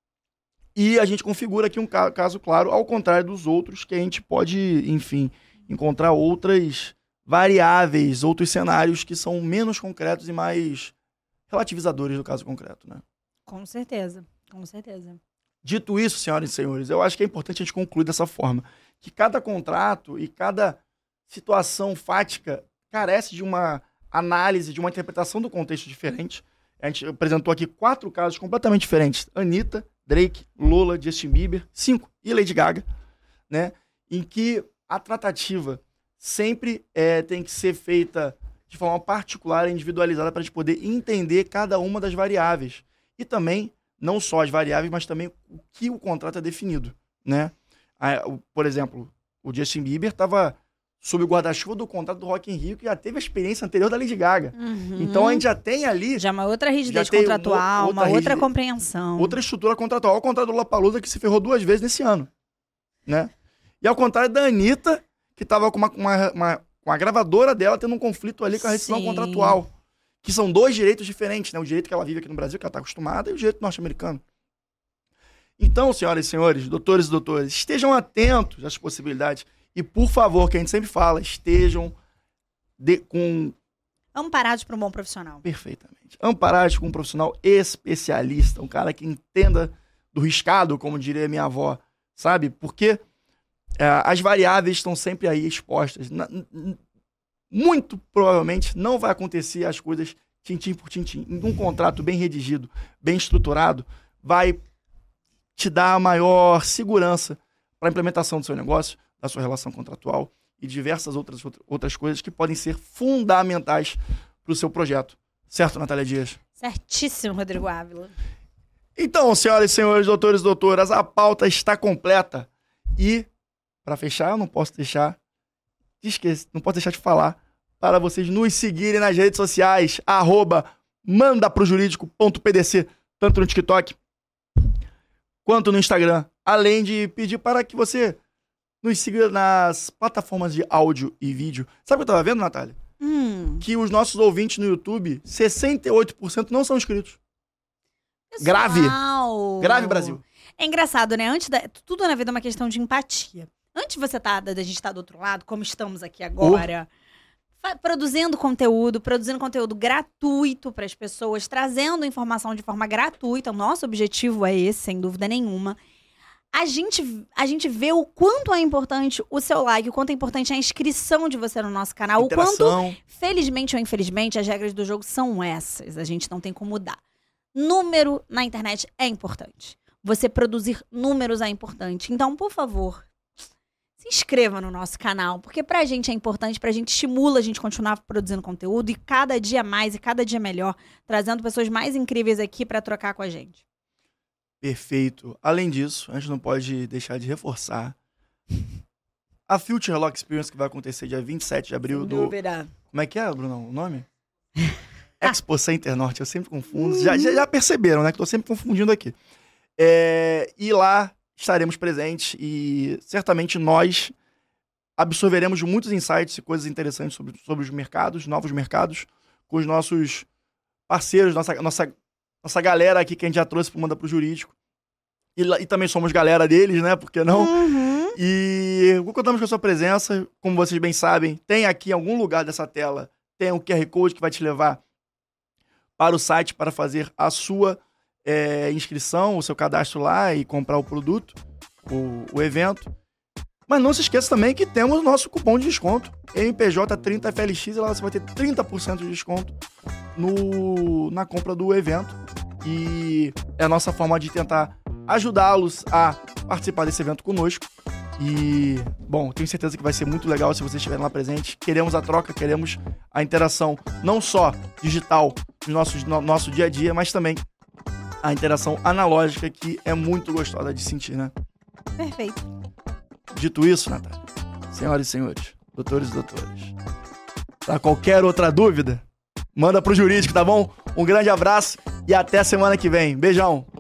E a gente configura aqui um ca- caso claro, ao contrário dos outros, que a gente pode, enfim, encontrar outras variáveis, outros cenários que são menos concretos e mais relativizadores do caso concreto, né? Com certeza, com certeza. Dito isso, senhoras e senhores, eu acho que é importante a gente concluir dessa forma, que cada contrato e cada situação fática carece de uma análise, de uma interpretação do contexto diferente. A gente apresentou aqui quatro casos completamente diferentes. Anitta, Drake, Lola, Justin Bieber, cinco, e Lady Gaga, né? Em que a tratativa sempre é, tem que ser feita de forma particular e individualizada para a gente poder entender cada uma das variáveis. E também, não só as variáveis, mas também o que o contrato é definido, né? Ah, o- por exemplo, o Justin Bieber estava sob o guarda-chuva do contrato do Rock in Rio, que já teve a experiência anterior da Lady Gaga. Uhum. Então a gente já tem ali Já uma outra rigidez já tem uma contratual, outra uma outra rigidez- compreensão. outra estrutura contratual, ao contrário do Lollapalooza, que se ferrou duas vezes nesse ano, né? E ao contrário da Anitta, que estava com uma, uma, uma, com a gravadora dela tendo um conflito ali com a rescisão Sim. contratual. Que são dois direitos diferentes, né? O direito que ela vive aqui no Brasil, que ela está acostumada, e o direito norte-americano. Então, senhoras e senhores, doutores e doutoras, estejam atentos às possibilidades. E, por favor, que a gente sempre fala, estejam de- com Amparados por um bom profissional. Perfeitamente. Amparados com um profissional especialista, um cara que entenda do riscado, como diria minha avó, sabe? Porque é, as variáveis estão sempre aí expostas. Na- n- muito provavelmente não vai acontecer as coisas tintim por tintim. Um contrato bem redigido, bem estruturado, vai te dar a maior segurança para a implementação do seu negócio, da sua relação contratual e diversas outras, outras coisas que podem ser fundamentais para o seu projeto. Certo, Natália Dias? Certíssimo, Rodrigo Ávila. Então, senhoras e senhores, doutores e doutoras, a pauta está completa. E, para fechar, eu não posso deixar de esquecer, não posso deixar de falar para vocês nos seguirem nas redes sociais, arroba mandaprojurídico.pdc, tanto no TikTok quanto no Instagram. Além de pedir para que você nos siga nas plataformas de áudio e vídeo. Sabe o que eu estava vendo, Natália? Hum, Que os nossos ouvintes no YouTube, sessenta e oito por cento não são inscritos. Grave. pessoal. Grave, Brasil. É engraçado, né? Antes da... Tudo na vida é uma questão de empatia. Antes de você tá, da gente estar do outro lado, como estamos aqui agora, fa- produzindo conteúdo, produzindo conteúdo gratuito para as pessoas, trazendo informação de forma gratuita. O nosso objetivo é esse, sem dúvida nenhuma. A gente, a gente vê o quanto é importante o seu like, o quanto é importante a inscrição de você no nosso canal, o quanto, Interação. felizmente ou infelizmente, as regras do jogo são essas. A gente não tem como mudar. Número na internet é importante. Você produzir números é importante. Então, por favor, se inscreva no nosso canal, porque pra gente é importante, pra gente estimula a gente continuar produzindo conteúdo e cada dia mais e cada dia melhor, trazendo pessoas mais incríveis aqui pra trocar com a gente. Perfeito. Além disso, a gente não pode deixar de reforçar a Future Lock Experience, que vai acontecer dia vinte e sete de abril Sem do... dúvida. Como é que é, Brunão, o nome? Expo Center Norte, eu sempre confundo. Já, já, já perceberam, né? Que tô sempre confundindo aqui. É, e lá estaremos presentes e certamente nós absorveremos muitos insights e coisas interessantes sobre, sobre os mercados, novos mercados, com os nossos parceiros, nossa, nossa, nossa galera aqui que a gente já trouxe para o Manda pro Jurídico. E, lá- e também somos galera deles, né? Por que não? Uhum. E contamos com a sua presença. Como vocês bem sabem, tem aqui em algum lugar dessa tela, tem um Q R Code que vai te levar para o site para fazer a sua é, inscrição, o seu cadastro lá e comprar o produto, o, o evento. Mas não se esqueça também que temos o nosso cupom de desconto, M P J trinta F L X, e lá você vai ter trinta por cento de desconto no, na compra do evento. E é a nossa forma de tentar ajudá-los a participar desse evento conosco. E, bom, tenho certeza que vai ser muito legal se vocês estiverem lá presentes. Queremos a troca, queremos a interação, não só digital no nosso, no nosso dia a dia, mas também a interação analógica, que é muito gostosa de sentir, né? Perfeito. Dito isso, Natália, senhoras e senhores, doutores e doutoras, pra qualquer outra dúvida, manda pro jurídico, tá bom? Um grande abraço e até semana que vem. Beijão!